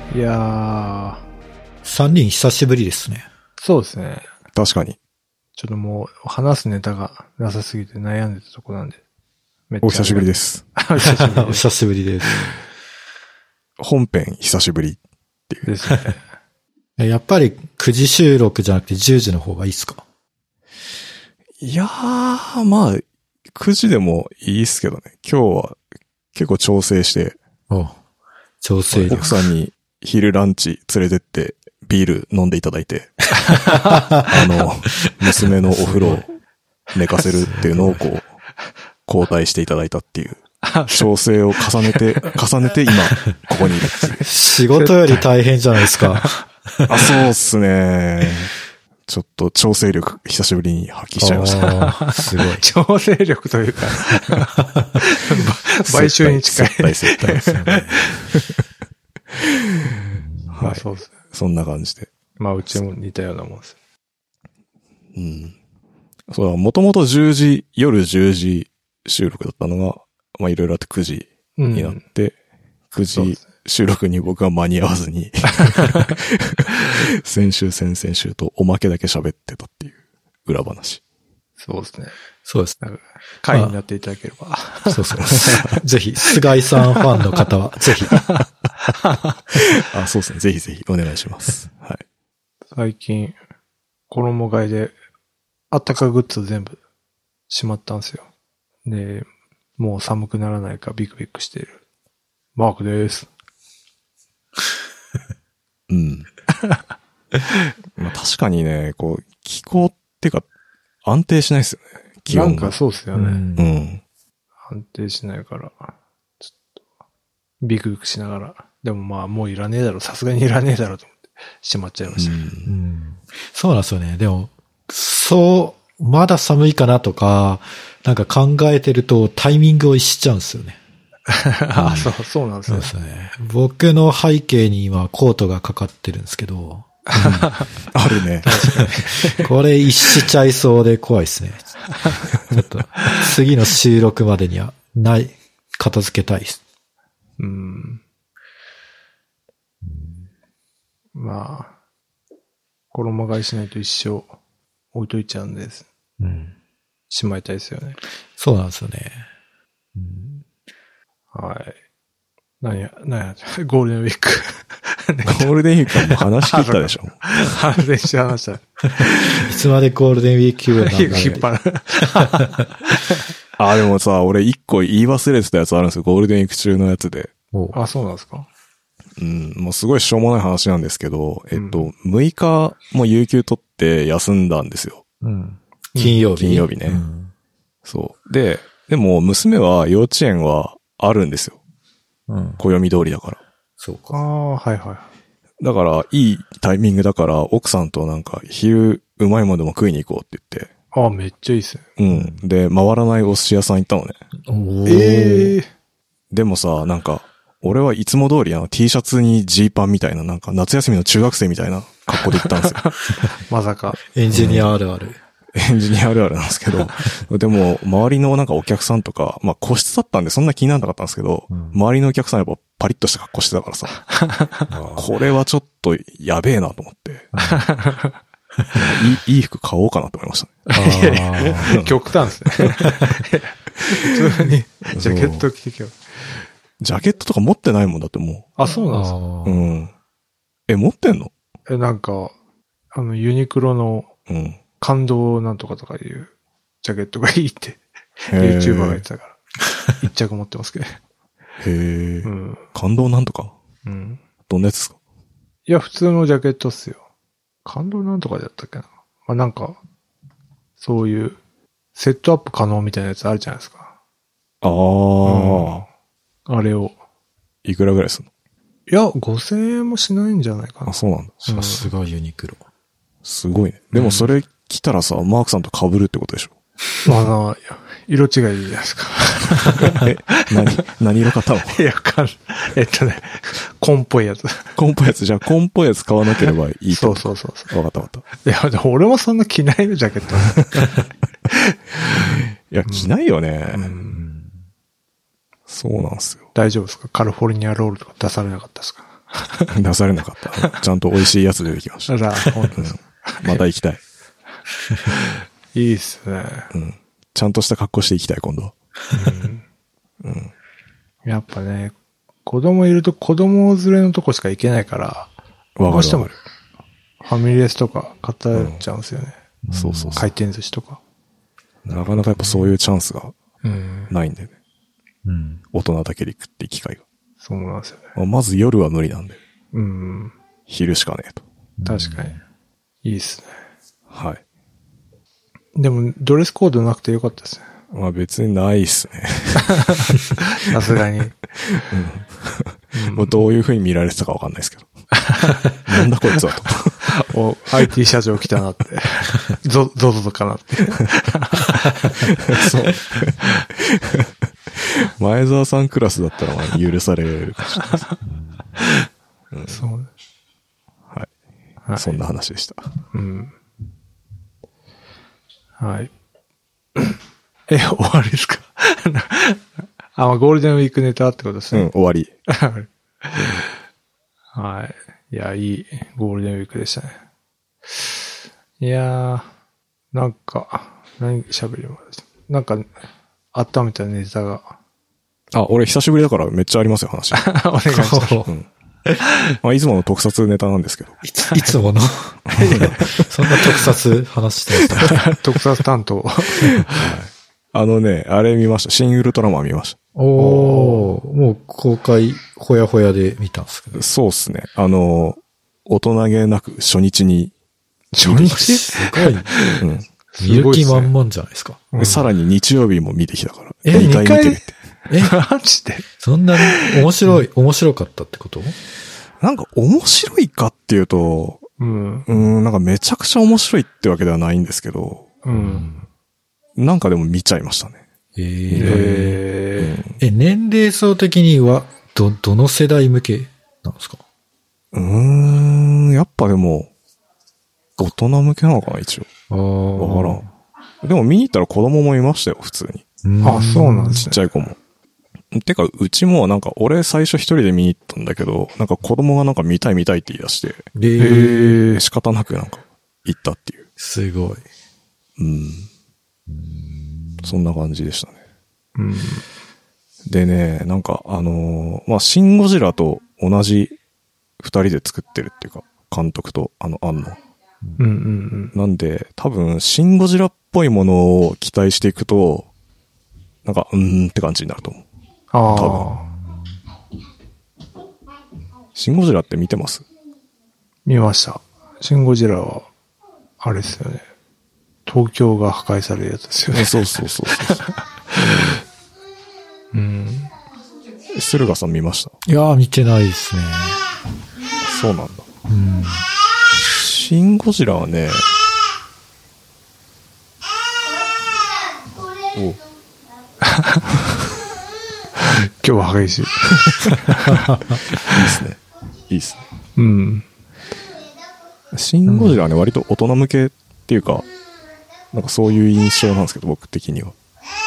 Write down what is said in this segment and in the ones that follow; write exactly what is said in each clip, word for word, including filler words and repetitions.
いやー。 さんにん久しぶりですね。 そうですね。 確かに。 ちょっともう話すネタがなさすぎて悩んでたとこなんで。めっちゃお久しぶりです。 お久しぶりです。 お久しぶりです。 本編久しぶりっていう。 ですね。 やっぱりくじ収録じゃなくてじゅうじの方がいいっすか？ いやー、まあ、くじでもいいっすけどね。今日は結構調整して、 お調整力。 奥さんに昼ランチ連れてってビール飲んでいただいて、あの、娘のお風呂を寝かせるっていうのをこう、交代していただいたっていう、調整を重ねて、重ねて今、ここにいるっていう。 仕事より大変じゃないですか。 あ、そうっすね。ちょっと調整力久しぶりに発揮しちゃいました。 すごい。 調整力というか、買収に近い。 接待接待ですよね。 まあそうですね。 そんな感じで。 まあうちも似たようなもんです。 うん。そうだ、もともとじゅうじ、夜じゅうじ収録だったのが、まあいろいろあってくじになって、うん、くじ収録に僕は間に合わずに、先週先々週とおまけだけ喋ってたっていう裏話。 そうですね。 そうです。 会になっていただければ。 そうそう。ぜひ、菅井さんファンの方は、ぜひ。 あ、そうですね。ぜひぜひお願いします。はい。 最近、衣替えで、あったかグッズ全部しまったんですよ。で、もう寒くならないかビクビクしている。マークです。 うん。まあ確かにね、こう、気候ってか、安定しないですよね。気温が。 なんかそうですよね。うん。安定しないから、ちょっと、ビクビクしながら。でもまあもういらねえだろ、さすがにいらねえだろと思ってしまっちゃいました。うん。うん、 そうなんですよね。でも、そう、まだ寒いかなとか、なんか考えてるとタイミングを逸しちゃうんですよね。 あ、そう、そうなんですね。 そうですね。僕の背景に今コートがかかってるんですけど。うん、 あるね。 これ逸しちゃいそうで怖いですね。ちょっと、次の収録までにはない、片付けたいです。 うん。まあ、衣替えしないと一生置いといちゃうんです。うん。しまいたいですよね。 そうなんですよね。うんはい。なんや、なんや、ゴールデンウィーク。 ゴールデンウィークはもう話し切ったでしょ。 話しました。 いつまでゴールデンウィーク気分なんだろう。 引っ張る。 あ、でもさ、俺一個言い忘れてたやつあるんですよ。ゴールデンウィーク中のやつで。 あ、そうなんですか？ うん、もうすごいしょうもない話なんですけど、えっと、うん、むいかも有給取って休んだんですよ。 うん。金曜日。 金曜日ね。うん、そう。で、でも娘は幼稚園はあるんですよ。うん。暦通りだから。 そうか。ああ、はいはい。 だから、いいタイミングだから、奥さんとなんか、昼、うまいものでも食いに行こうって言って。 ああ、めっちゃいいっすね。 うん。で、回らないお寿司屋さん行ったのね。 おー。 ええー。 でもさ、なんか、俺はいつも通りあの T シャツにジーパンみたいな、なんか夏休みの中学生みたいな格好で行ったんですよ。 まさか。 エンジニアあるある。うんエンジニアあるあるなんですけど、でも、周りのなんかお客さんとか、まあ個室だったんでそんな気にならなかったんですけど、うん、周りのお客さんやっぱパリッとした格好してたからさ、これはちょっとやべえなと思って、いい、いい服買おうかなと思いましたね。 あいやいや極端ですね。普通にジャケット着てきよ。 ジャケットとか持ってないもんだってもう。あ、そうなんですか。 うん。え、持ってんの？ え、なんか、あの、ユニクロの、うん。感動なんとかとかいうジャケットがいいって YouTuber が言ってたから一着持ってますけど。へえ。うん。感動なんとか？うん。どんなやつですか？ いや、普通のジャケットっすよ。感動なんとかでやったっけな。まあ、なんか、そういうセットアップ可能みたいなやつあるじゃないですか。 ああ、 うん。あれを。 いくらぐらいすんの？ いや、ごせんえんもしないんじゃないかな。 あ、そうなんだ。 さすがユニクロ。 すごいね。でもそれ、うん来たらさ、マークさんと被るってことでしょ？ まあな、色違いじゃないですか。 え、何、何色買ったの？ いや、かん、えっとね、紺っぽいやつ。 紺っぽいやつ、じゃあ紺っぽいやつ買わなければいいと。 そうそうそう。 わかったわかった。いや、でも俺もそんな着ないの、ジャケット。 いや、着ないよね、うんうん。そうなんすよ。 大丈夫ですか？カリフォルニアロールとか出されなかったですか？ 出されなかった。ちゃんと美味しいやつ出てきました。 あら、本当です。 また行きたい。 いいっすね。 うん。ちゃんとした格好して行きたい、今度。 うん。うん。やっぱね、子供いると子供連れのとこしか行けないから、どうしてもファミレスとか買ったっちゃうんですよね。 うん、そうそうそう。 回転寿司とか。 なかなかやっぱそういうチャンスがないんでね。 うん。 大人だけで行くって機会が。 そうなんですよね。 まず夜は無理なんで。 うん。 昼しかねえと。 確かに。いいっすね。 はい。 でも、ドレスコードなくてよかったですね。 まあ別にないっすね。 さすがに。 うん、もうどういう風に見られてたかわかんないですけど。なんだこいつはと。 お、アイティー 社長来たなって。ゾ、ゾゾゾかなって。 そう。前澤さんクラスだったらまあ許されるかもしれないです。うん、そう。はい。はい。そんな話でした。 うん。はい。え、終わりですかあ、まあ、ゴールデンウィークネタってことですね。 うん、終わり。 はい。いや、いいゴールデンウィークでしたね。いやー、なんか、何喋ります。なんか、温めたネタが。 あ、俺久しぶりだからめっちゃありますよ、話。 お願いします。うん、 まあ、いつもの特撮ネタなんですけど。 いつ、いつものそんな特撮話してました特撮担当。はい。 あのね、あれ見ました。シン・ウルトラマン見ました。 おー、もう公開ほやほやで見たんですけど。 そうっすね。あの、大人げなく初日に。 初日すごい。うん。見る気満々じゃないですか。 うん、さらに日曜日も見てきたから。 え、にかい見てるって。 え、 マジでそんなに面白い、面白かったってこと？ なんか面白いかっていうと、うん。うん、なんかめちゃくちゃ面白いってわけではないんですけど、うん。なんかでも見ちゃいましたね。 えー、えー、え、年齢層的には、ど、どの世代向けなんですか？ うーん、やっぱでも、大人向けなのかな、一応。ああ。わからん。でも見に行ったら子供もいましたよ、普通に。 あ、そうなんですね。 ちっちゃい子も。てか、うちもなんか、俺最初一人で見に行ったんだけど、なんか子供がなんか見たい見たいって言い出して、えー、仕方なくなんか、行ったっていう。 すごい。 うん。そんな感じでしたね。うん、でね、なんかあのー、まあ、シン・ゴジラと同じ二人で作ってるっていうか、監督とあの、あんの。うんうんうん。なんで、多分、シン・ゴジラっぽいものを期待していくと、なんか、うーんって感じになると思う。ああ。多分。シン・ゴジラって見てます？ 見ました。シン・ゴジラは、あれですよね。東京が破壊されるやつですよね。 そうそうそうそうそう。うん。駿河さん見ました？ いやー、見てないですね。 そうなんだ。うん。シン・ゴジラはね、お今日は激しい。いいですね。いいですね。 うん。 シン・ゴジラはね、割と大人向けっていうか、なんかそういう印象なんですけど、僕的には。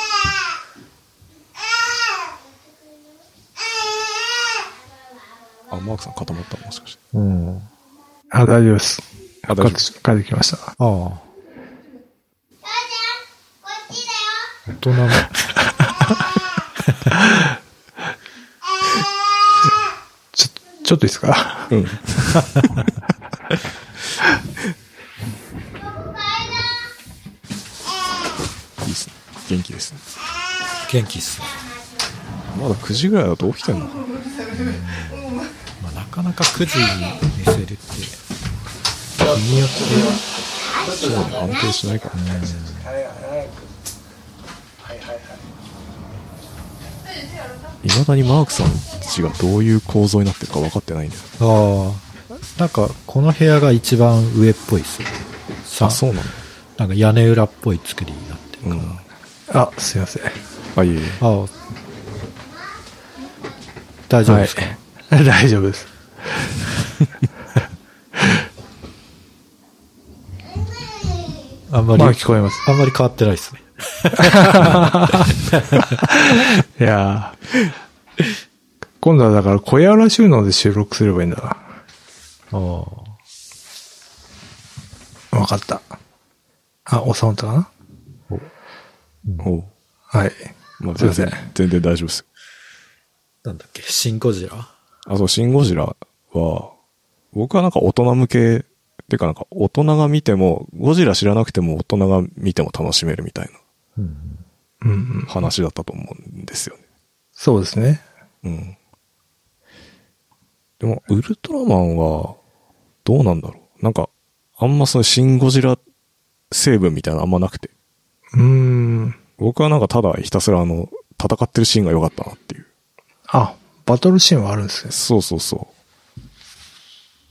あ、マークさん固まったのもしかして。うん。 あ、大丈夫です。 あ、大丈夫です。 帰ってきました。ああ。 大人の。 ちょ、ちょっといいですか？うん。いいですね。元気ですね。 元気っすね。 まだくじぐらいだと起きてんのかな。 まあ、なかなかくじに寝せるって、日によって、 そうね、安定しないからね。いまだにマークさんちがどういう構造になってるか分かってないんだよ。 ああ。なんか、この部屋が一番上っぽいっすよね。 あ、そうなの？ なんか屋根裏っぽい作りになってるから。うん、 あ、すいません。 あ、いえいえ。 あ、大丈夫ですか？ はい、大丈夫です。 あんまり、 まあ聞こえます。 あんまり変わってないですね。 いや今度はだから小屋原収納で収録すればいいんだな。 ああ。 わかった。あ、収まったかな？ おう。 はい。 まあ、全然、全然大丈夫です。 なんだっけ、シンゴジラ？ あ、そう、シンゴジラは、僕はなんか大人向け、っていうかなんか大人が見ても、ゴジラ知らなくても大人が見ても楽しめるみたいな、 うんうん、 話だったと思うんですよね。 そうですね。 うん。でも、ウルトラマンは、どうなんだろう。なんか、あんまそのシンゴジラ成分みたいなのあんまなくて。 うーん。 僕はなんかただひたすらあの、戦ってるシーンが良かったなっていう。 あ、バトルシーンはあるんですね。 そうそうそう。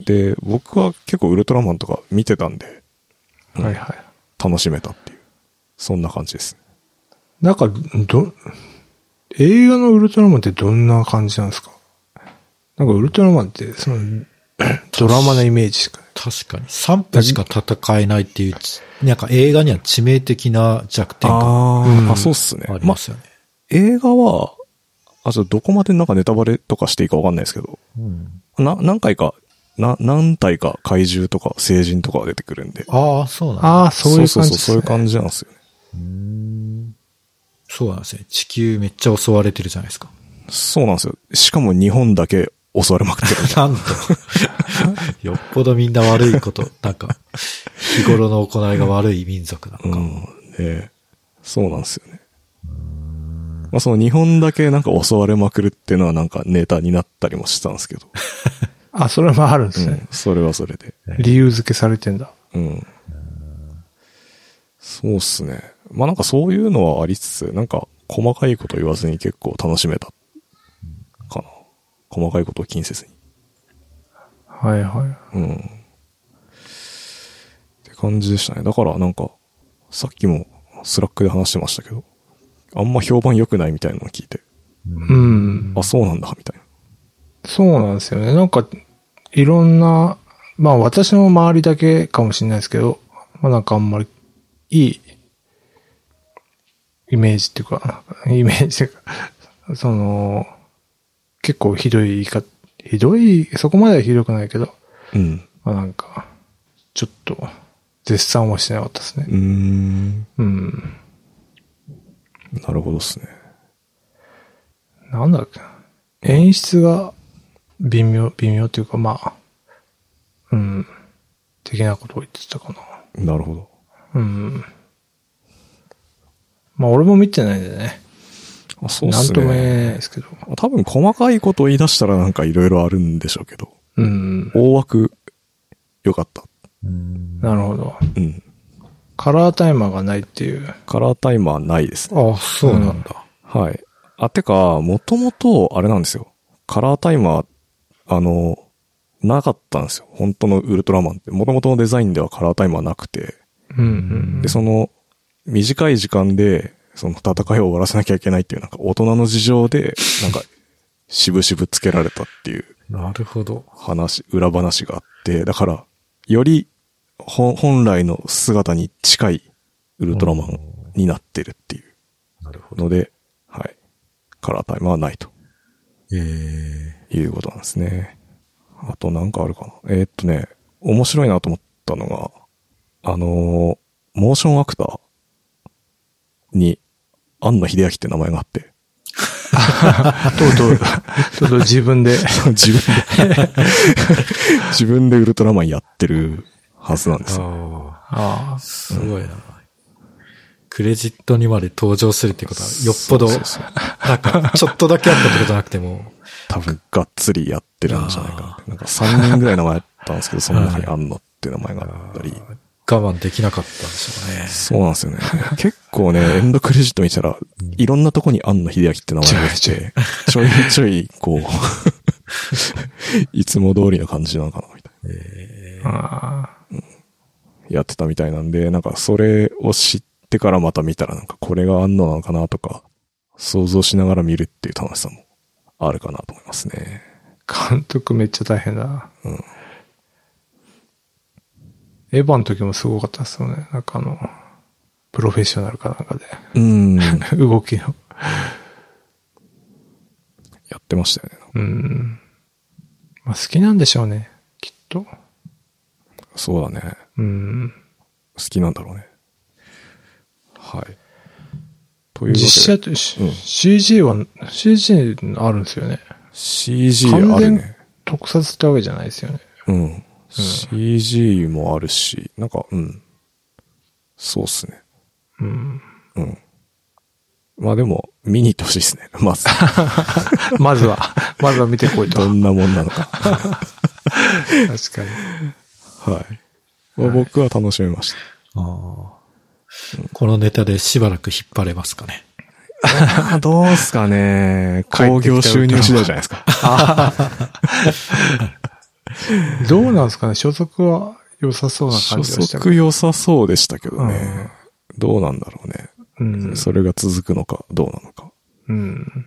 で、僕は結構ウルトラマンとか見てたんで、うん、 はいはい。 楽しめたっていう。そんな感じです。 なんか、ど、映画のウルトラマンってどんな感じなんですか？なんかウルトラマンって、その、ドラマのイメージしか。 確かに。さんぷんしか戦えないっていう、なんか映画には致命的な弱点があ、うん、あ、そうっすね。 ありますよね。 ま、映画は、あ、ちょっとどこまでなんかネタバレとかしていいかわかんないですけど、うん、な、何回か、な、何体か怪獣とか聖人とかが出てくるんで。 ああ、そうなんだ。 ああ、そういう感じですね。 そうそうそう、そういう感じなんですよね。 うーん。そうなんですね。地球めっちゃ襲われてるじゃないですか。 そうなんですよ。しかも日本だけ襲われまくってる。 なんと。よっぽどみんな悪いこと、なんか、日頃の行いが悪い民族なのか。うん。 ね、そうなんですよね。まあその日本だけなんか襲われまくるっていうのはなんかネタになったりもしたんですけど。 あ、それもあるんですね、 うん。それはそれで。 理由付けされてんだ。 うん。そうっすね。まあなんかそういうのはありつつ、なんか細かいこと言わずに結構楽しめたかな。細かいことを気にせずに。 はいはい。 うん。って感じでしたね。だからなんか、さっきもスラックで話してましたけど、あんま評判良くないみたいなのを聞いて。 うん。 あ、そうなんだ、みたいな。 そうなんですよね。なんか、いろんな、まあ私の周りだけかもしれないですけど、まあなんかあんまりいいイメージっていうか、イメージっていうか、その、結構ひどい言い方、ひどい、そこまではひどくないけど、 うん。 まあなんか、ちょっと、絶賛はしてなかったですね。 うーん。 うん。 なるほどですね。 なんだっけな。演出が微妙、微妙っていうか、まあ、うん、的なことを言ってたかな。 なるほど。 うん。まあ俺も見てないんでね。 あ、そうっすね。 なんとも言えないですけど。 多分細かいことを言い出したらなんかいろいろあるんでしょうけど。 うん。 大枠、良かった。 うん。 なるほど。 うん。 カラータイマーがないっていう。 カラータイマーないですね。 あ、そうなんだ。 うん、はい。あ、てか、もともと、あれなんですよ。カラータイマー、あの、なかったんですよ。本当のウルトラマンって。もともとのデザインではカラータイマーなくて。 うんうん、 で、その、短い時間で、その戦いを終わらせなきゃいけないっていう、なんか大人の事情で、なんか、しぶしぶつけられたっていう。 なるほど。話、 裏話があって、だから、より、本来の姿に近いウルトラマンになってるっていうので、はい。カラータイマーはないと。 ええー。 いうことなんですね。あとなんかあるかな。えー、っとね、面白いなと思ったのが、あのー、モーションアクターに、庵野秀明って名前があって。 とうとう、とうとう自分で。 自分で。自分でウルトラマンやってるはずなんですよ。 ああ、すごいな、うん。クレジットにまで登場するってことは、よっぽど、そうそうそうなんか、ちょっとだけあったってことじゃなくても、 多分、がっつりやってるんじゃないかな。なんかさんにんぐらい名前あったんですけど、その中に庵野って名前があったり。 我慢できなかったんでしょうね。 そうなんですよね。結構ね、エンドクレジット見たら、いろんなとこに庵野秀明って名前が出て、ちょいちょい、こう、いつも通りの感じなのかな、みたいな。 えーうん、やってたみたいなんで、なんかそれを知ってからまた見たら、なんかこれが庵野なのかなとか、想像しながら見るっていう楽しさもあるかなと思いますね。 監督めっちゃ大変だな。 うん。 エヴァの時もすごかったですよね。なんかあの、プロフェッショナルかなんかで。 うん。 動きの。 やってましたよね。なんうん。まあ好きなんでしょうね。きっと。 そうだね。 うん。 好きなんだろうね。はい。というわけで。 実写と、うん、シージー は、シージー あるんですよね。 シージー あるね。 特撮ってわけじゃないですよね。 うん。うん、シージー もあるし、なんか、うん。そうっすね。 うん。 うん。まあでも、見に行ってほしいですね。まず。 まずは、まずは見てこいと。 どんなもんなのか。確かに。 はい。まあ、僕は楽しめました。 ああ、うん。このネタでしばらく引っ張れますかね。 どうすかね。興行収入次第じゃないですか。 どうなんですかね。所属は良さそうな感じがした。 所属良さそうでしたけどね。うん、どうなんだろうね。うん、それが続くのか、どうなのか。 うん。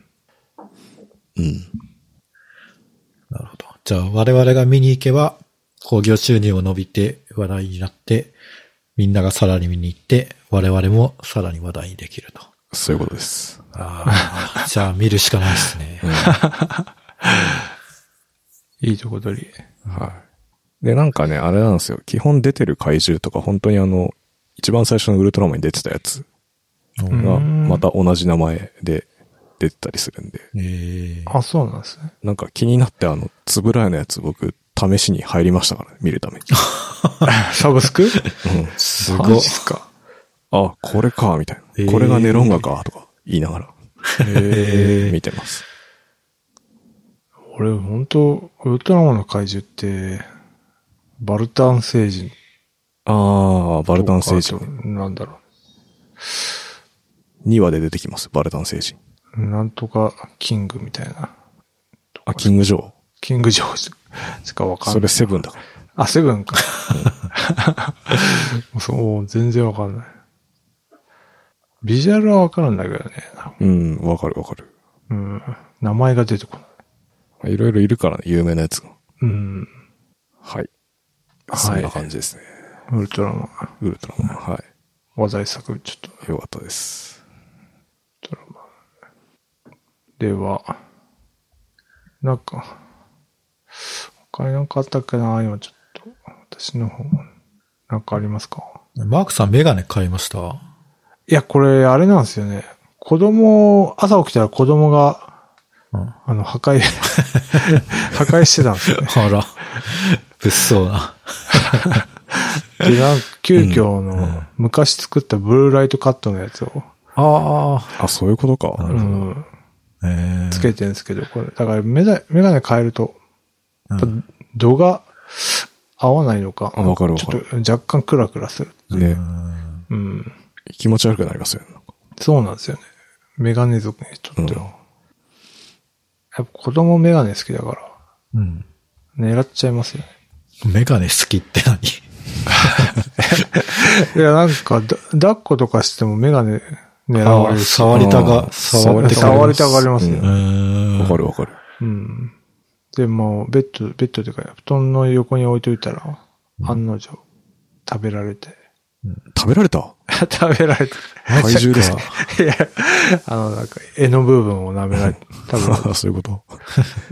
うん。 なるほど。じゃあ、我々が見に行けば、興行収入を伸びて話題になって、みんながさらに見に行って、我々もさらに話題にできると。 そういうことです。 ああ、じゃあ見るしかないですね。 うん、いいとこ取り。 はい。で、なんかね、あれなんですよ。基本出てる怪獣とか、本当にあの、一番最初のウルトラマンに出てたやつが、また同じ名前で出てたりするんで。 えー、あ、そうなんですね。 なんか気になってあの、つぶらやのやつ僕、試しに入りましたからね、見るために。 サブスク？うん。 すごい。 あ、これか、みたいな。えー、これがネロンガか、とか言いながら。えー、見てます。 俺、本当ウルトラマンの怪獣って、バルタン星人。 ああ、バルタン星人。 なんだろう。にわで出てきます、バルタン星人。 なんとか、キングみたいな。 あ、キングジョー。 キングジョーしかわかんない。 それセブンだから。 あ、セブンか。そう、全然わかんない。ビジュアルはわかるんだけどね。 うん、わかるわかる。 うん。名前が出てこない。いろいろいるからね、有名なやつが。 うん。 はい。そんな感じですね。 ウルトラマン。 ウルトラマン、はい。 話題作、ちょっと。 よかったです。 ウルトラマン。では、なんか、他になんかあったっけな、今ちょっと、私の方、なんかありますか？ マークさんメガネ買いました？ いや、これ、あれなんですよね。子供、朝起きたら子供が、うん、あの、破壊、破壊してたんですよね。 あら、物騒な。 で、なんか、急遽の、昔作ったブルーライトカットのやつを。 ああ。あ、そういうことか。 うん。えー、つけてるんですけど、これ、だからメガネ、メガネ変えると、やっぱ度が合わないのか。 あ、わかるわかる。 ちょっと若干クラクラする。 ね。 うん。 気持ち悪くなりますよね。 そうなんですよね。メガネ族にとっては。うん、やっぱ子供メガネ好きだから。 うん。 狙っちゃいますよね。 メガネ好きって何？ いや、なんか、抱っことかしてもメガネ狙われるし。 触りたが、 触りたがりますね。 わかるわかる。 うん。でも、ベッド、ベッドというか、布団の横に置いといたら、案の定、食べられて。 うん、食べられた食べられた。 怪獣ですか？ いや、あの、なんか、柄の部分を舐められて、多分。 そういうこと。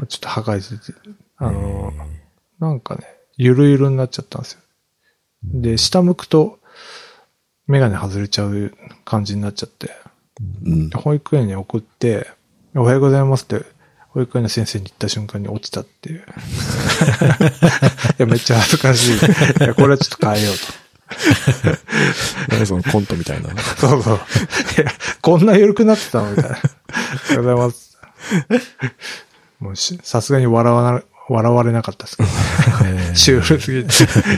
ちょっと破壊してて、あの、なんかね、ゆるゆるになっちゃったんですよ。で、下向くと、メガネ外れちゃう感じになっちゃって、うん、保育園に送って、おはようございますって、保育園の先生に言った瞬間に落ちたっていう。いや、めっちゃ恥ずかしい。いや、これはちょっと変えようと。 何そのコントみたいな。 そうそう。いや、こんな緩くなってたのみたいな。おはようございます。もうし、さすがに笑わな、笑われなかったですけど。シュールすぎて。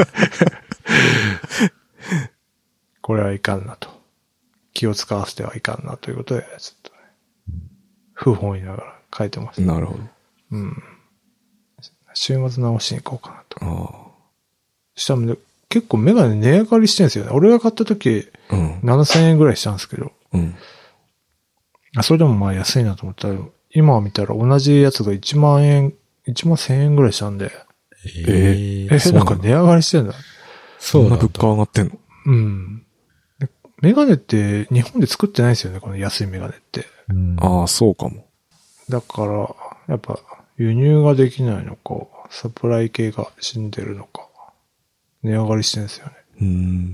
これはいかんなと。気を使わせてはいかんなということで、ちょっとね、不本意ながら書いてます。 なるほど。 うん。週末直しに行こうかなと。 ああ。 したら、ね、結構メガネ値上がりしてるんですよね。俺が買った時、うん、ななせんえんぐらいしたんですけど。 うん。 それでもまあ安いなと思ったら、今見たら同じやつがいちまんえん、いちまんせんえんぐらいしたんで。 えー、 えー、なんか値上がりしてんだ。 そんな物価上がってんの？ うん。メガネって日本で作ってないですよね、この安いメガネって。 うん、ああ、そうかも。 だから、やっぱ輸入ができないのか、サプライ系が死んでるのか、値上がりしてるんですよね。 うん。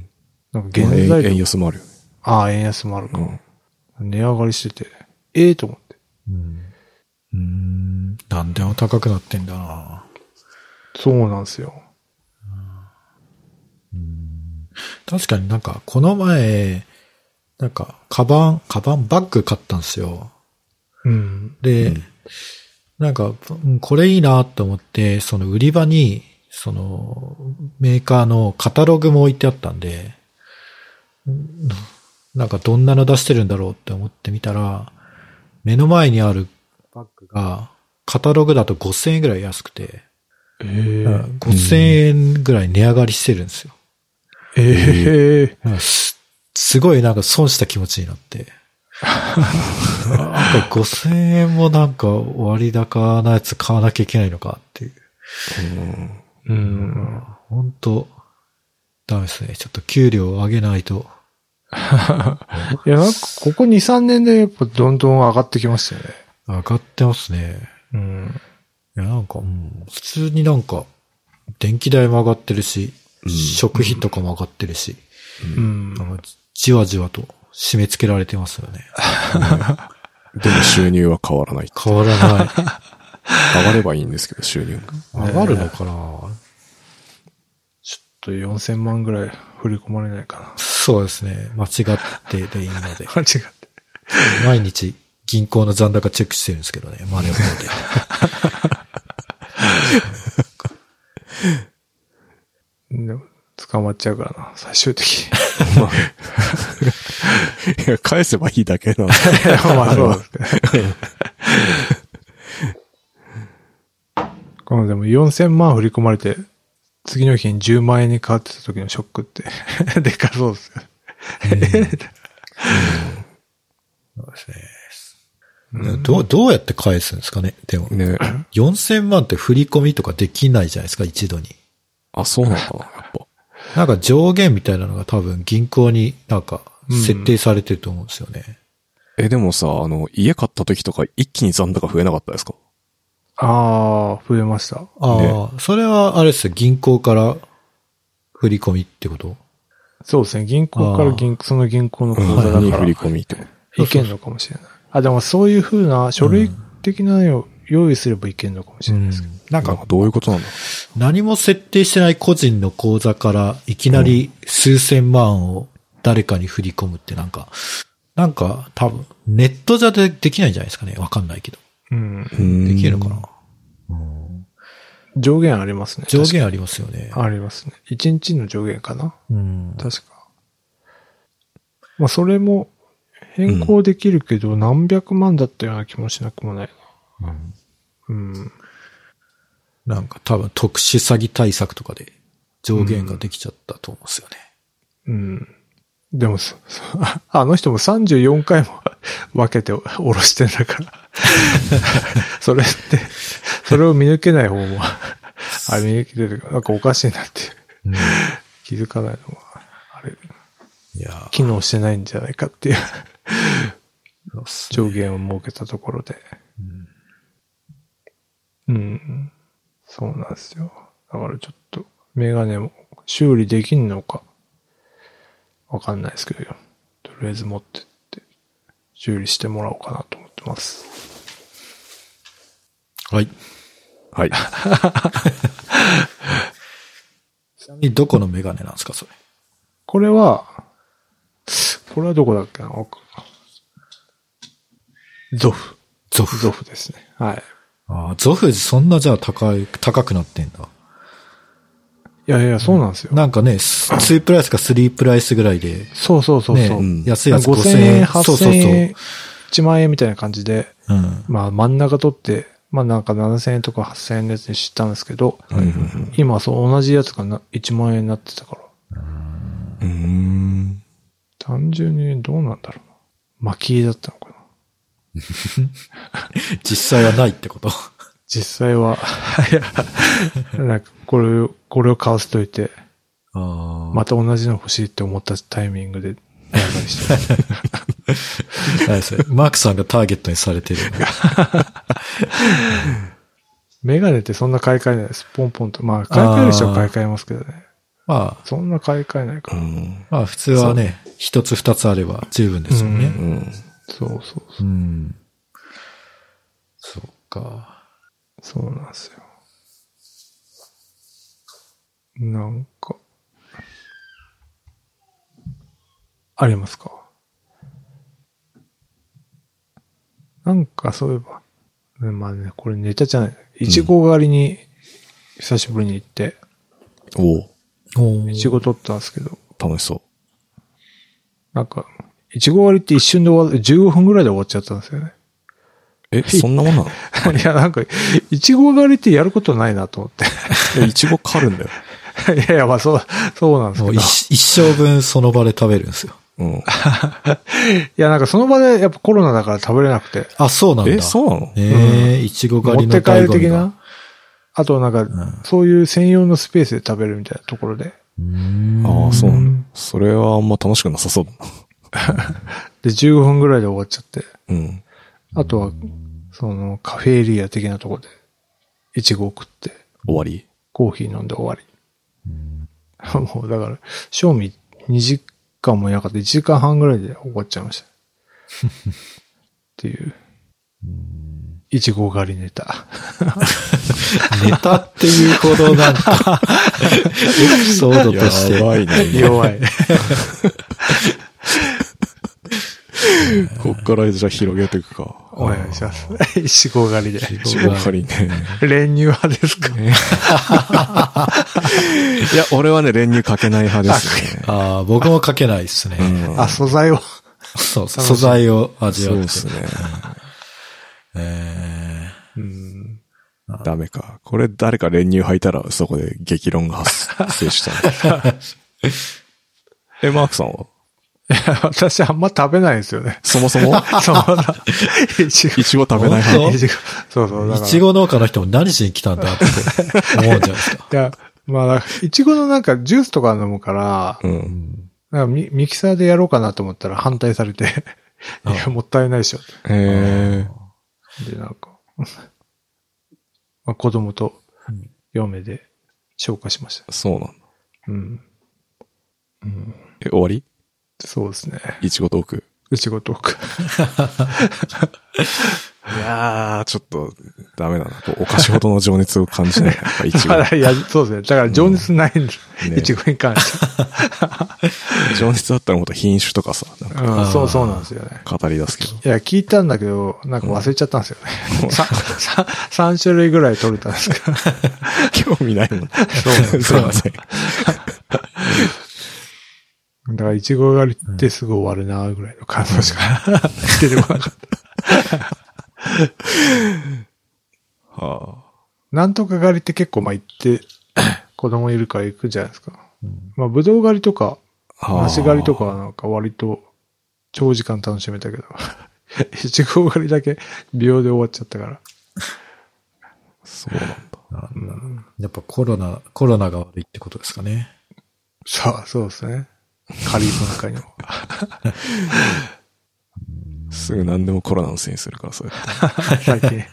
なんか現在円安もあるよね。 ああ、円安もあるか。うん、値上がりしてて、ええー、と思って。 うん。うーん。なんでも高くなってんだな。 そうなんですよ。 うん。確かになんか、この前、なんか、カバン、カバンバッグ買ったんですよ。 うん。 で、うん、なんか、これいいなと思って、その売り場に、その、メーカーのカタログも置いてあったんで、なんかどんなの出してるんだろうって思ってみたら、目の前にあるバッグが、カタログだとごせんえんぐらい安くて、 えー、 ごせんえんぐらい値上がりしてるんですよ。 ええー。 す、すごいなんか損した気持ちになって。なんかごせんえんもなんか割高なやつ買わなきゃいけないのかっていう。 うん。うん。 本当ダメですね。ちょっと給料を上げないと。 いや、なんかここに、さんねんでやっぱどんどん上がってきましたよね。 上がってますね。 うん。 いや、なんか、うん、普通になんか、電気代も上がってるし、うん、食費とかも上がってるし、 うん。 なんかじわじわと締め付けられてますよね。 うん、でも収入は変わらない。 変わらない。 上がればいいんですけど、収入が。上がるのかな、 ちょっとよんせんまんぐらい振り込まれないかな。 そうですね。間違ってでいいので。 間違って。 毎日銀行の残高チェックしてるんですけどね。マネーフォーで。でも捕まっちゃうからな、最終的に。 いや、返せばいいだけなの。 まあそうですね。このでもよんせんまん振り込まれて、次の日にじゅうまんえんに変わってた時のショックって、でかそうですよ。 うんそうですね。うん、どう、どうやって返すんですかねでも。 ね。 よんせんまんって振り込みとかできないじゃないですか、一度に。 あ、そうなのかな、やっぱ。 なんか上限みたいなのが多分銀行になんか設定されてると思うんですよね。 うん、え、でもさ、あの、家買った時とか一気に残高増えなかったですか？ ああ、増えました。 ああ、ね、それはあれですよ、銀行から振り込みってこと？ そうですね、銀行から銀その銀行の口座だから。 に振り込みってこと。 いけんのかもしれない。あ、でもそういう風な書類的なのを用意すればいけんのかもしれないですけど。うん、 なんかどういうことなんだろう。何も設定してない個人の口座からいきなり数千万を誰かに振り込むってなんか、なんか多分ネットじゃでできないんじゃないですかね。わかんないけど。 うん。 できるのかな、うん、 上限ありますね。 上限ありますよね。 ありますね。いちにちの上限かな。 うん。 確か。まあそれも変更できるけど、何百万だったような気もしなくもないな。うん。うん。 なんか多分特殊詐欺対策とかで上限ができちゃったと思うんですよね。 うん。うん、でも、あの人もさんじゅうよんかいも分けて下ろしてんだから。それって、それを見抜けない方も、あれ見抜けてるから、なんかおかしいなって、うん、気づかないのは、あれ、 いや機能してないんじゃないかっていう上限を設けたところで、うん。うん。そうなんですよ。だからちょっと、メガネも修理できんのか、わかんないですけどよ。とりあえず持ってって、修理してもらおうかなと思ってます。 はい。 はい。 ちなみにどこのメガネなんですか、それ。 これは、これはどこだっけな、奥。ゾフ。 ゾフ。 ゾフですね。はい。 ああ、ゾフそんなじゃあ高い、高くなってんだ。 いやいや、そうなんですよ。 なんかね、にプライスかさんプライスぐらいで。 そうそうそうそう、 ね。安いやつごせんえん、はっせんえん、いちまんえんみたいな感じで、 うん、 まあ真ん中取って、まあなんかななせんえんとかはっせんえんのやつに知ったんですけど、 うんうんうん、 今そう同じやつがないちまんえんになってたから。 うーん。 単純にどうなんだろうな。巻きだったのかな。 実際はないってこと実際は、いや、なんかこれを、これを買わせといて、 あまた同じの欲しいって思ったタイミングで値上がりしてる。 マークさんがターゲットにされてる。 メガネってそんな買い替えないです。ポンポンと。まあ、買い替える人は買い替えますけどね。 まあ、 そんな買い替えないから。 うん。 まあ普通はね、一つ二つあれば十分ですよね。 うん。 そうそうそう。 うん。そうか。 そうなんですよ。なんか、ありますか？なんかそういえば、ね、まあね、これネタじゃない。いちご狩りに久しぶりに行って、 おいちご取ったんですけど、 楽しそう。 なんか、いちご狩りって一瞬で終わる、じゅうごふんぐらいで終わっちゃったんですよね。 え、そんなもんなの？ いや、なんか、いちご狩りってやることないなと思って。 いちご狩るんだよ。 いやいや、まあそう、そうなんですけど。 もう一生分その場で食べるんですよ。 うん。 いや、なんかその場でやっぱコロナだから食べれなくて。 あ、そうなんだ。 え、そうなの？ ええー、いちご狩りの持って帰る的醍醐味がな。あとなんか、うん、そういう専用のスペースで食べるみたいなところで。 うーんああ、そうなんだ。それはあんま楽しくなさそうだな。 で、じゅうごふんぐらいで終わっちゃって。 うん。 あとは、その、カフェエリア的なところで、いちごを食って。 終わり？ コーヒー飲んで終わり。もう、だから、賞味にじかんもいなかった。いちじかんはんぐらいで終わっちゃいました。っていう。いちご狩りネタ。 ネタっていうほどなんか、エピソードとして。 やばいね。 弱い。 こっからじゃあ広げていくか。 お願いします。いちご狩りで。 いちご狩りね。 練乳派ですかね。 いや、俺はね、練乳かけない派ですね。 ああ、僕もかけないですね。 うん、 あ、素材を。 そう、素材を味わう。 そうですね。 えー、 うんダメか。これ誰か練乳履いたらそこで激論が発生した。え、マークさんはいや、私あんま食べないですよね。 そもそもそうだ。いちご。 いちご食べない派。 そうそう。だからいちご農家の人も何しに来たんだって思うんじゃないですか。 いや、まあ、いちごのなんかジュースとか飲むから、 うん、 なんかミ、ミキサーでやろうかなと思ったら反対されて、いや、もったいないでしょ。 へで、なんか、まあ、子供と嫁で消化しました。 そうなんだ。 うん。うん、 え、終わり？ そうですね。 いちごトーク。 いちごトーク。 いやー、ちょっと、ダメだな。お菓子ほどの情熱を感じない。やっぱいちご。 いや、そうですね。だから情熱ないんです。いちごに関して。 情熱だったらもっと品種とかさ。なんかうん、そうそうなんですよね。 語り出すけど。 いや、聞いたんだけど、なんか忘れちゃったんですよね。さ、さ、さん種類ぐらい取れたんですけど。 興味ないもん。 そうすいません。 だから、いちご狩りってすぐ終わるな、ぐらいの感想しか出てこなかった。 はあ、 なんとか狩りって結構、まあ、行って、子供いるから行くじゃないですか。うん、まあ、ぶどう狩りとか、梨狩りとかはなんか割と長時間楽しめたけど、いちご狩りだけ秒で終わっちゃったから。 そうなんだ。 うん、やっぱコロナ、コロナが悪いってことですかね。 そう、そうですね。狩り文化にも。 すぐ何でもコロナのせいにするから、そうやって。 最近。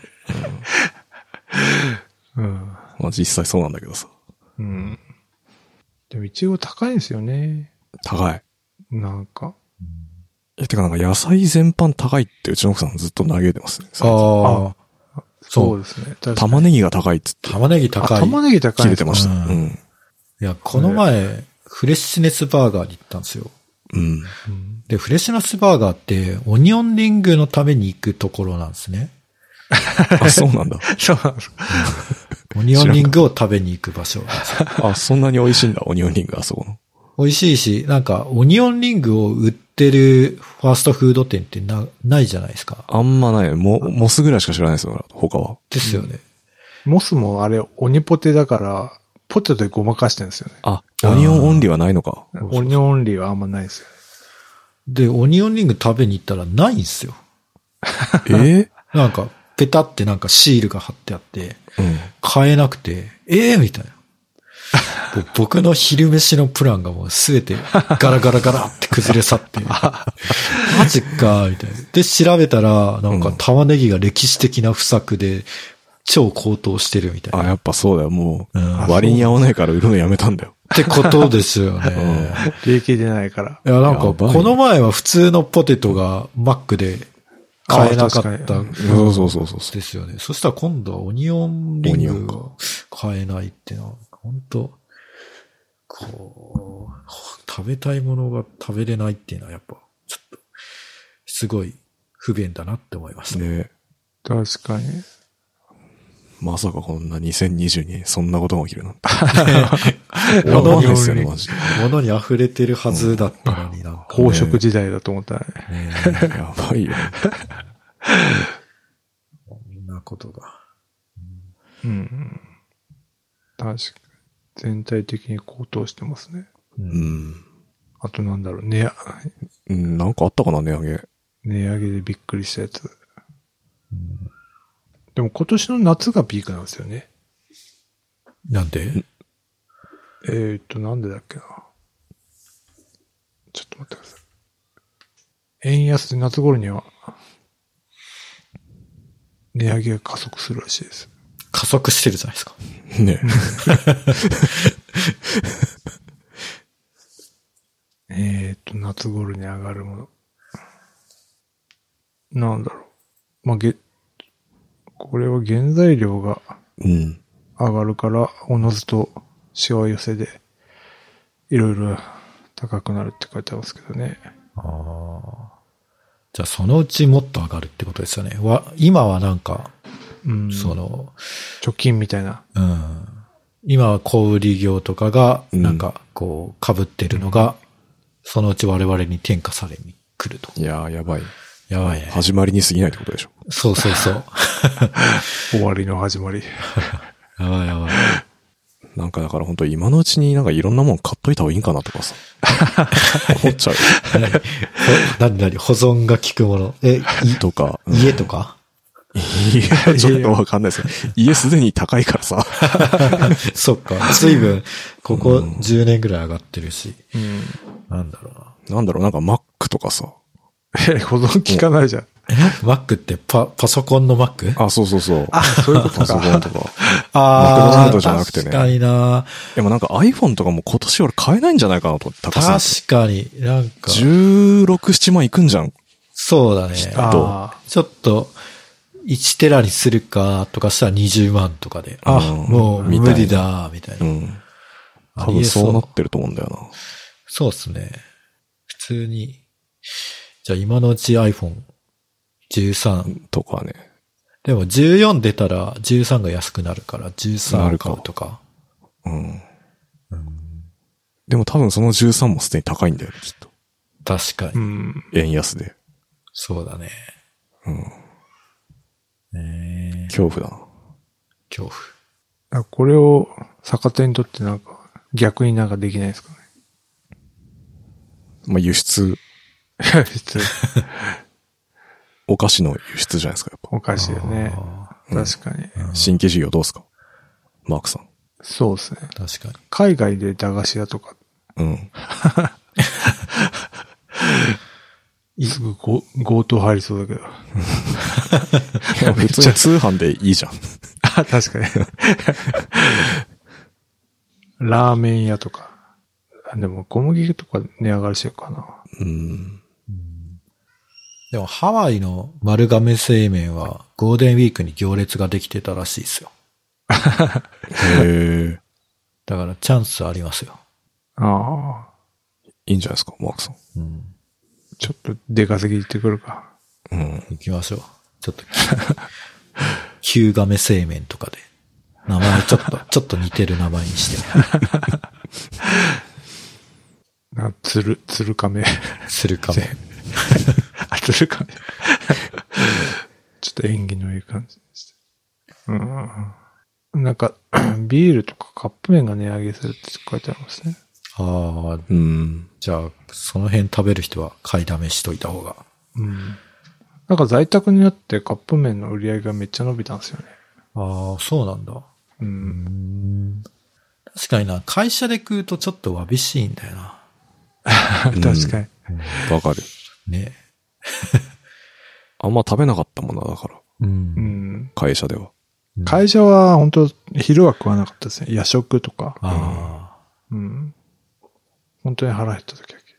うん。うん、 まあ実際そうなんだけどさ。 うん。でもいちご高いんですよね。 高い。 なんか。 え、てかなんか野菜全般高いってうちの奥さんずっと嘆いてますね。 ああ。そうですね。 玉ねぎが高いっつって。 玉ねぎ高い。 玉ねぎ高い。 切れてました。うん。うん、 いや、この前、フレッシュネスバーガーに行ったんですよ。 うん。 で、フレッシュネスバーガーって、オニオンリングのために行くところなんですね。 あ、そうなんだ。 そうなんです。 オニオンリングを食べに行く場所なんですよ。 あ、そんなに美味しいんだ、オニオンリング、あそこの。 美味しいし、なんか、オニオンリングを売ってるファーストフード店ってな、ないじゃないですか。 あんまない。も、モスぐらいしか知らないですよ、他は。 ですよね。 うん、モスもあれ、オニポテだから、ポテトでごまかしてるんですよね。 あ、オニオンオンリーはないのか。 オニオンオンリーはあんまないですよね。 で、オニオンリング食べに行ったらないんですよ。 えー、 なんか、ペタってなんかシールが貼ってあって、 うん、 買えなくて、ええー、みたいな。僕の昼飯のプランがもうすべてガラガラガラって崩れ去って、マジか、みたいな。で、調べたら、なんか玉ねぎが歴史的な不作で、 超高騰してるみたいな。 あ、やっぱそうだよ。もう、 うん、 割に合わないから売るのやめたんだよ。 ってことですよね。 利益出ないから。 いや、なんか、この前は普通のポテトがマックで買えなかった。 そうそうそうそう。 ですよね。そしたら今度はオニオンリングが買えないっていうのは、本当こう、食べたいものが食べれないっていうのはやっぱ、ちょっと、すごい不便だなって思いました。 ね。 確かに。 まさかこんなにせんにじゅうにねんそんなことが起きるなんて。 物にですよね、マジで。 物に溢れてるはずだったのになんか、ね。 飽食時代だと思ったね。 ねやばいよ。 こんなことが。 うん。確かに。全体的に高騰してますね。 うん。 あとなんだろう、値上げ。うん、なんかあったかな、値上げ。 値上げでびっくりしたやつ。うんでも今年の夏がピークなんですよね。 なんで？ えーっと、なんでだっけな。ちょっと待ってください。円安で夏頃には、値上げが加速するらしいです。 加速してるじゃないですか。 ねえーっと、夏頃に上がるもの。なんだろう。まあ、げ、これは原材料が上がるから、おのずとしわ寄せでいろいろ高くなるって書いてありますけどね。 ああ。じゃあそのうちもっと上がるってことですよね。わ今はなんか、うん、その貯金みたいな。 うん。今は小売業とかがなんかこう被ってるのが、うん、そのうち我々に転嫁されに来ると。 いやーやばい。 やばいね。 始まりに過ぎないってことでしょ。 そうそうそう。 終わりの始まり。 やばいやばい。 なんかだから本当今のうちになんかいろんなもん買っといた方がいいんかなとかさ。思っちゃう。 何何保存が効くもの。え、 とか。 うん、家とかいや、ちょっとわかんないですけど。家すでに高いからさ。 そっか。随分、ここじゅうねんぐらい上がってるし。うん、なんだろうな。 なんだろう、なんか Mac とかさ。 え、保存効かないじゃん。 え ?Mac ってパ、パソコンの Mac？ あ、そうそうそう。 あ、そういうことか。 パソコンとか。 ああ。 MacBook じゃなくてね。 確かにな。 でもなんか iPhone とかも今年俺買えないんじゃないかなと思って高すぎて。確かに。なんか。 じゅうろく、ななまんいくんじゃん。 そうだね。 あちょっと、いちテラにするかとかしたらにじゅうまんとかで。あ、うん、もう無理だ、みたいな。うん。 多分そうなってると思うんだよな。 そうですね。普通に。じゃあ今のうち アイフォンじゅうさんとかね。 でもじゅうよん出たらじゅうさんが安くなるからじゅうさん買うとか。 うん。うん、でも多分そのじゅうさんもすでに高いんだよね、きっと。 確かに。 うん、 円安で。 そうだね。 うん。 えー、 恐怖だな。 恐怖。 これを逆手にとってなんか逆になんかできないですかね。 まあ輸出。 輸出。 お菓子の輸出じゃないですか、やっぱ。 お菓子よね。確かに、 うん。新規事業どうですかマークさん。 そうですね。 確かに。 海外で駄菓子屋とか。 うん。 すぐご強盗入りそうだけど。 いや普通に通販でいいじゃん。 あ、確かに。ラーメン屋とか。でも小麦とか値上がりしてるかな。 うん。 でもハワイの丸亀製麺はゴールデンウィークに行列ができてたらしいですよ。 へえ。 だからチャンスありますよ。 ああ。 いいんじゃないですか、マークさん。 うん。 ちょっと出稼ぎ行ってくるか。 うん。 行きましょう。ちょっと、ヒューガメ製麺とかで。名前ちょっと、ちょっと似てる名前にして。 な、つる、つるかめ。 つるかめ。 あ、つるかめ。ちょっと縁起のいい感じでした。うん。なんか、ビールとかカップ麺が値上げするって書いてありますね。 ああ、 うん。 じゃあ、その辺食べる人は買いだめしといた方が。 うん。なんか在宅になってカップ麺の売り上げがめっちゃ伸びたんですよね。 ああ、そうなんだ。 うん。 うん確かにな、会社で食うとちょっとわびしいんだよな。 確かに。 わ、うん、かる。 ね。 あんま食べなかったもんな、だから。 うん。 会社では。 会社は本当昼は食わなかったですね。夜食とか。 ああ。 うん。本当に腹減った時だ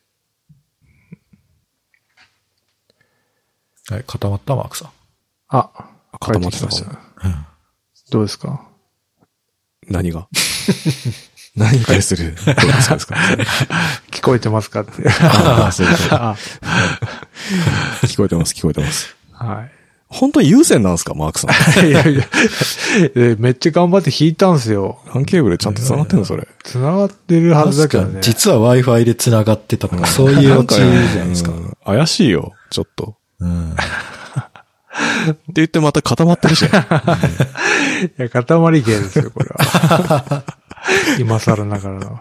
け。 はい、固まったマークさん。 あ、 固まってた帰きました。うん、どうですか？ 何が何に対するどうですか聞こえてますかって。 ああ、そういうこと。聞こえてます、聞こえてます。 はい。 本当に有線なんですか、マークさん。 いやいや、めっちゃ頑張って弾いたんすよ。 ランケーブルちゃんと繋がってんのそれ。 繋がってるはずだけどね。 実は Wi-Fi で繋がってたとか、そういうオチじゃないですか。 うん、怪しいよ、ちょっと。 うん。 って言ってまた固まってるし。いや、塊芸ですよ、これは。今更ながらの。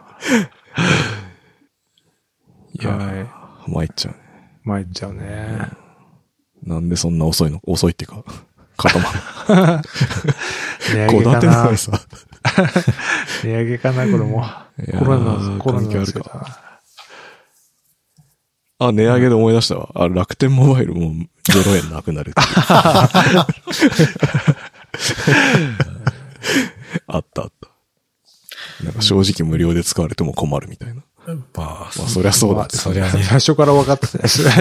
いや、はい、参っちゃうね。 参っちゃうね。 なんでそんな遅いの？遅いっていうか、固まる。 値上げかな。 さ値上げかな、これも。コロナ、コロナですか。 あ、値上げで思い出したわ。あ、楽天モバイルもゼロえんなくなるっていう。あったあった。なんか正直無料で使われても困るみたいな。 まあ、 まあ、そりゃそうだって。 そりゃね。最初から分かってたですね。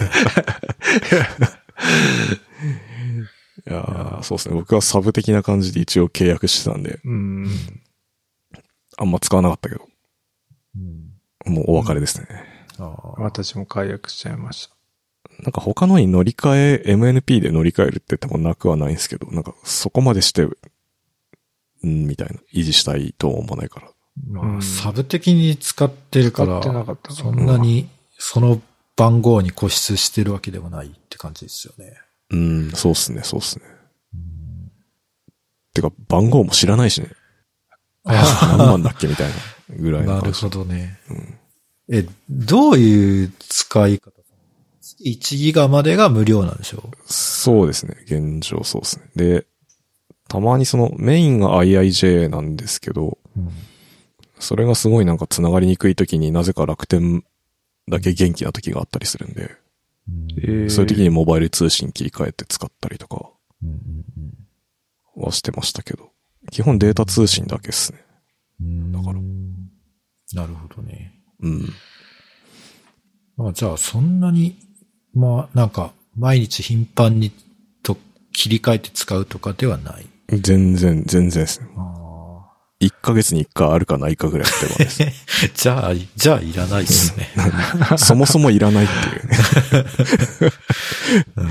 いやー、そうですね。僕はサブ的な感じで一応契約してたんで。 うん。 あんま使わなかったけど。うん、もうお別れですね。 うん、あ私も解約しちゃいました。 なんか他のに乗り換え、エムエヌピー で乗り換えるって言ってもなくはないんですけど、なんかそこまでして、うんみたいな、維持したいとは思わないから。 まあ、うん、サブ的に使ってるから、 使ってなかったからそんなにその番号に固執してるわけではないって感じですよね。 うん、そうっすね、そうっすね。てか、番号も知らないしね。何万だっけみたいなぐらいのなるほどね。 うん、 え、どういう使い方？いちギガまでが無料なんでしょう？ そうですね。現状そうですね。で、たまにそのメインが アイアイジェー なんですけど、うん、それがすごいなんか繋がりにくい時になぜか楽天だけ元気な時があったりするんで、うん、そういう時にモバイル通信切り替えて使ったりとかはしてましたけど、基本データ通信だけっすね。だから。 なるほどね。 うん。 まあじゃあそんなに、まあなんか毎日頻繁にと切り替えて使うとかではない。 全然、全然ですね。いっかげつにいっかいあるかないかぐらいってことです。 じゃあ、じゃあいらないですね。 そもそもいらないっていうね。 うん、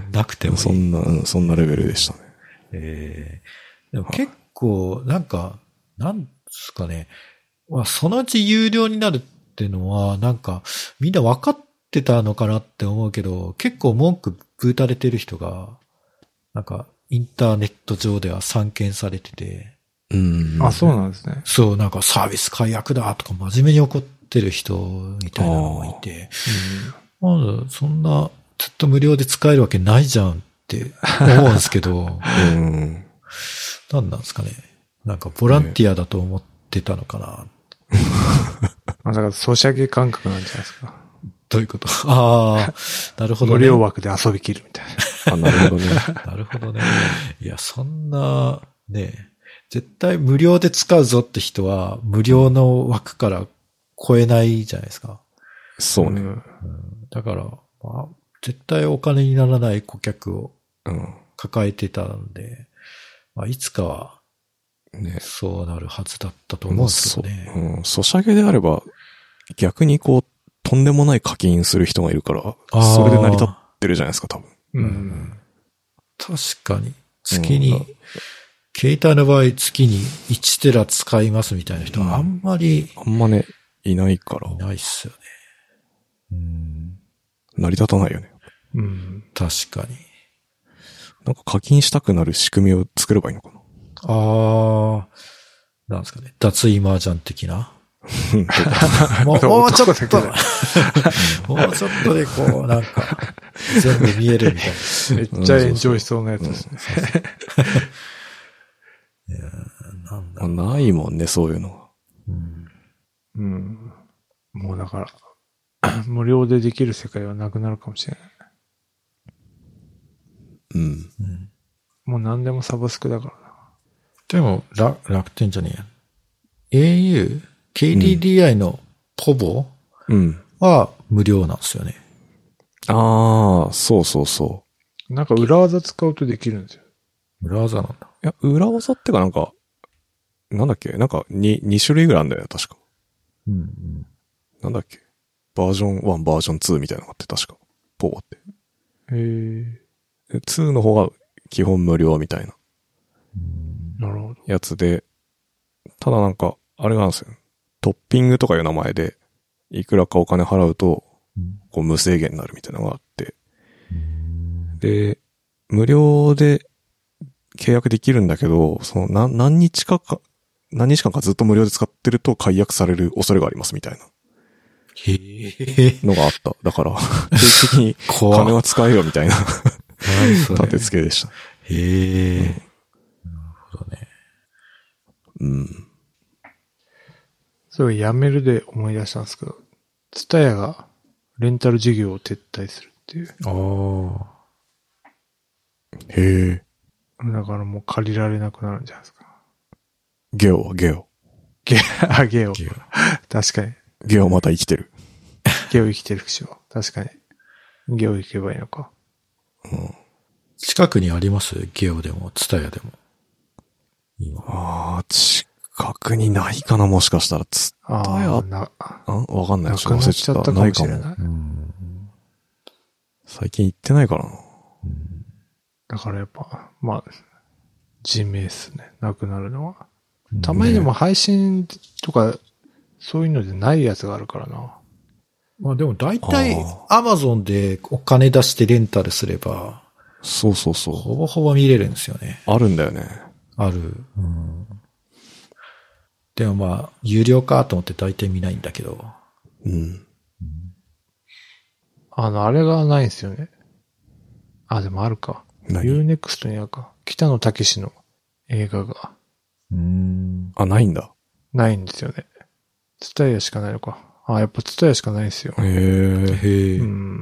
なくてもいい。 そんな、そんなレベルでしたね。 えー、でも結構、なんか、なんですかね。まあ、そのうち有料になるっていうのは、なんか、みんな分かってたのかなって思うけど、結構文句ぶーたれてる人が、なんか、インターネット上では散見されてて、 うん。 あ、そうなんですね。 そう、なんかサービス解約だとか真面目に怒ってる人みたいなのがいて、うん、まだそんなずっと無料で使えるわけないじゃんって思うんですけど、 うん、 何なんですかね。なんかボランティアだと思ってたのかな。 まさかソシャゲ感覚なんじゃないですか。 どういうこと？ああ、なるほどね。 無料枠で遊びきるみたいな。あ、なるほどね。 なるほどね。いや、そんな、ね、絶対無料で使うぞって人は無料の枠から超えないじゃないですか。 そうね。 うん、だから、まあ、絶対お金にならない顧客を抱えてたんで、まあ、いつかはね、 そうなるはずだったと思うんですけどね。 うん、ソシャゲであれば逆にこうとんでもない課金する人がいるから、それで成り立ってるじゃないですか、多分。 うん、 確かに。月に、うん、携帯の場合月にいちテラ使いますみたいな人はあんまり、 うん、あんまね、いないから。 いないっすよね。うん、 成り立たないよね。 うん。 確かに。 なんか課金したくなる仕組みを作ればいいのかな。 ああ、なんですかね。脱衣麻雀的な。もう、もうちょっと、もうちょっとでこう、なんか、全部見えるみたいな。めっちゃ炎上しそうなやつですね。 いやなんだろうないもんね、そういうのは。 うん。 うん。もうだから、無料でできる世界はなくなるかもしれない。 うん。 もう何でもサブスクだからな。 でも、楽、楽天じゃねえや。エーユー、ケーディーディーアイ のポボうん。 は無料なんですよね。 ああ、そうそうそなんか裏技使うとできるんですよ。 裏技なんだ。 う。いや、裏技ってかなんか、なんだっけなんかに、に種類ぐらいあるんだよね、確か。 うん、うん。 なんだっけバージョンいち、バージョンにみたいなのがあって、確か。ポボって。 へえ。 でにの方が基本無料みたいななるほど。 やつで、ただなんか、あれなんですよ。トッピングとかいう名前で、いくらかお金払うと、こう無制限になるみたいなのがあって、で、無料で契約できるんだけど、その何、何日かか、何日間かずっと無料で使ってると解約される恐れがありますみたいなへえ。 のがあった。だから、定期的に金は使えよみたいな立て付けでした。 へえ、うん。なるほどね。 うん。 それやめるで思い出したんですけど、ツタヤがレンタル事業を撤退するっていう。 ああ。 へえ。 だからもう借りられなくなるんじゃないですか。 ゲオはゲオ。 ゲ、あ、ゲオ。確かに。 ゲオまた生きてる。 ゲオ生きてるしよ。確かに。ゲオ行けばいいのか。 うん。 近くにありますゲオでも、ツタヤでも。今。 ああ、近くにないかな、もしかしたら。ツタヤああ、な、 あわかんない。 なくなっちゃったかもしれない。 ないかも。 うん、 最近行ってないからな。 うん、 だからやっぱ、まあ、人命っすね。なくなるのは。たまにでも配信とか、そういうのでないやつがあるからな。 まあでも大体、アマゾンでお金出してレンタルすれば、 そうそうそう。 ほぼほぼ見れるんですよね。 あるんだよね。 ある。うん、でもまあ、有料かと思って大体見ないんだけど。 うん。 あの、あれがないんですよね。あ、でもあるか。ユーネクストにあるか。北野武の映画が。 うーん。 あ、ないんだ。 ないんですよね。ツタヤしかないのか。あ、やっぱツタヤしかないんですよ。 へえ。 へえ。 うん。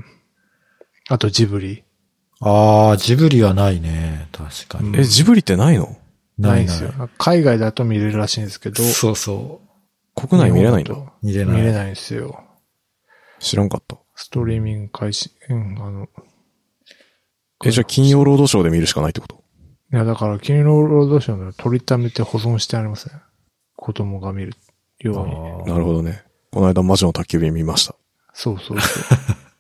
あとジブリ。 ああ、ジブリはないね。確かに。 うん、 え、ジブリってないの？ ないんですよ。海外だと見れるらしいんですけど。 そうそう。 国内見れないんだ。 見れない。 見れないんですよ。 知らんかった。 ストリーミング開始。うん、あの。 え、じゃあ金曜ロードショーで見るしかないってこと？ いや、だから金曜ロードショーの取りためて保存してありますね。子供が見るように。 なるほどね。この間魔女の宅急便見ました。 そうそうそう。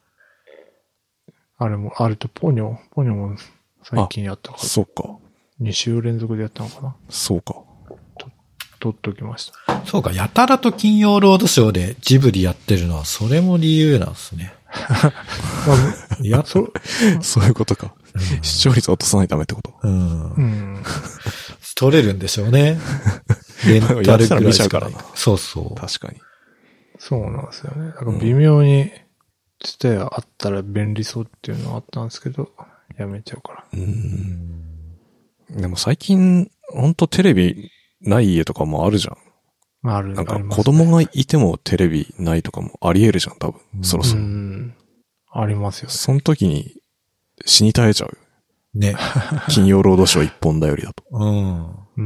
あれも、あれとポニョ、ポニョも最近やったから。 そうか。 に週連続でやったのかな。 そうか。 と、撮っときました。 そうか、やたらと金曜ロードショーでジブリやってるのは、それも理由なんですね。 いや、そ、 そういうことか。視聴率を落とさないためってこと。 うん。 うん。 取れるんでしょうね。レンタルぐらいしか見ちゃうからな。 そうそう。 確かに。 そうなんですよね。だから微妙に、ツタヤあったら便利そうっていうのはあったんですけど、やめちゃうから。 うん。でも最近、ほんとテレビない家とかもあるじゃん。 まあ、ある、 なんか子供がいてもテレビないとかもあり得るじゃん、多分。そろそろ。うん。 ありますよね。 その時に死に絶えちゃうよ。 ね。 金曜ロードショー一本頼りだと。 うん。 うん。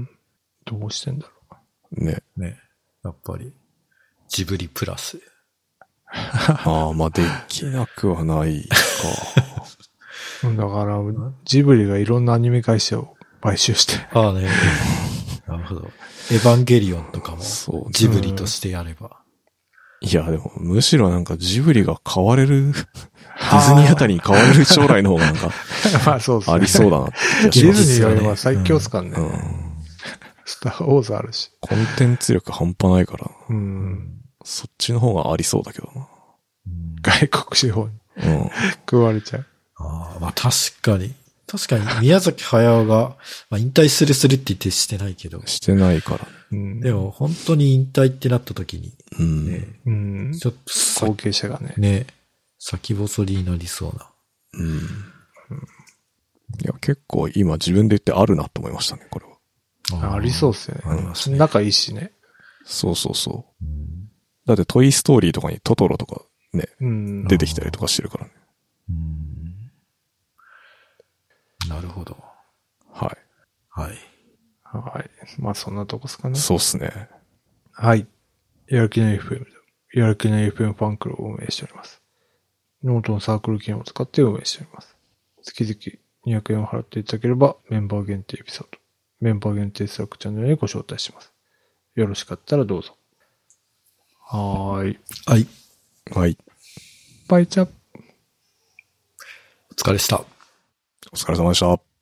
どうしてんだろう。ね。 ね。やっぱり、ジブリプラス。 ああ、まあできなくはないか。 だから、ジブリがいろんなアニメ会社を買収して。 ああね。なるほど。エヴァンゲリオンとかも、ジブリとしてやれば。 いや、でも、むしろなんかジブリが買われる、ディズニーあたりに買われる将来の方がなんか、 まあそうですね。 ありそうだなって気がします。ディズニーよりは最強っすからね。 うん。 スターウォーズあるし。 コンテンツ力半端ないから。 うん。 そっちの方がありそうだけどな。 外国資本に。うん。食われちゃう。 ああ、まあ確かに。確かに宮崎駿が、まあ、引退するするって言ってしてないけど。 してないから。 うん、 でも本当に引退ってなった時に、 ね、 うん。ちょっと後継者がね。 ね。先細りになりそうな。 うん。うん、いや、結構今自分で言ってあるなと思いましたね、これは。 あ, ありそうっすよね。ありますね。仲いいしね。 そうそうそう。うん、だってトイストーリーとかにトトロとかね、うん、出てきたりとかしてるからね。 うんなるほど。 はい。 はい。 はい。 まあそんなとこですかね。 そうっすね。 はい。やる気ない エフエム で、やる気ない エフエム ファンクルを運営しております。ノートのサークル機能を使って運営しております。月々にひゃくえんを払っていただければメンバー限定エピソード、メンバー限定スラックチャンネルにご招待します。よろしかったらどうぞ。はーい。 はい。 はい。 バイチャ。 お疲れでした。 お疲れ様でした。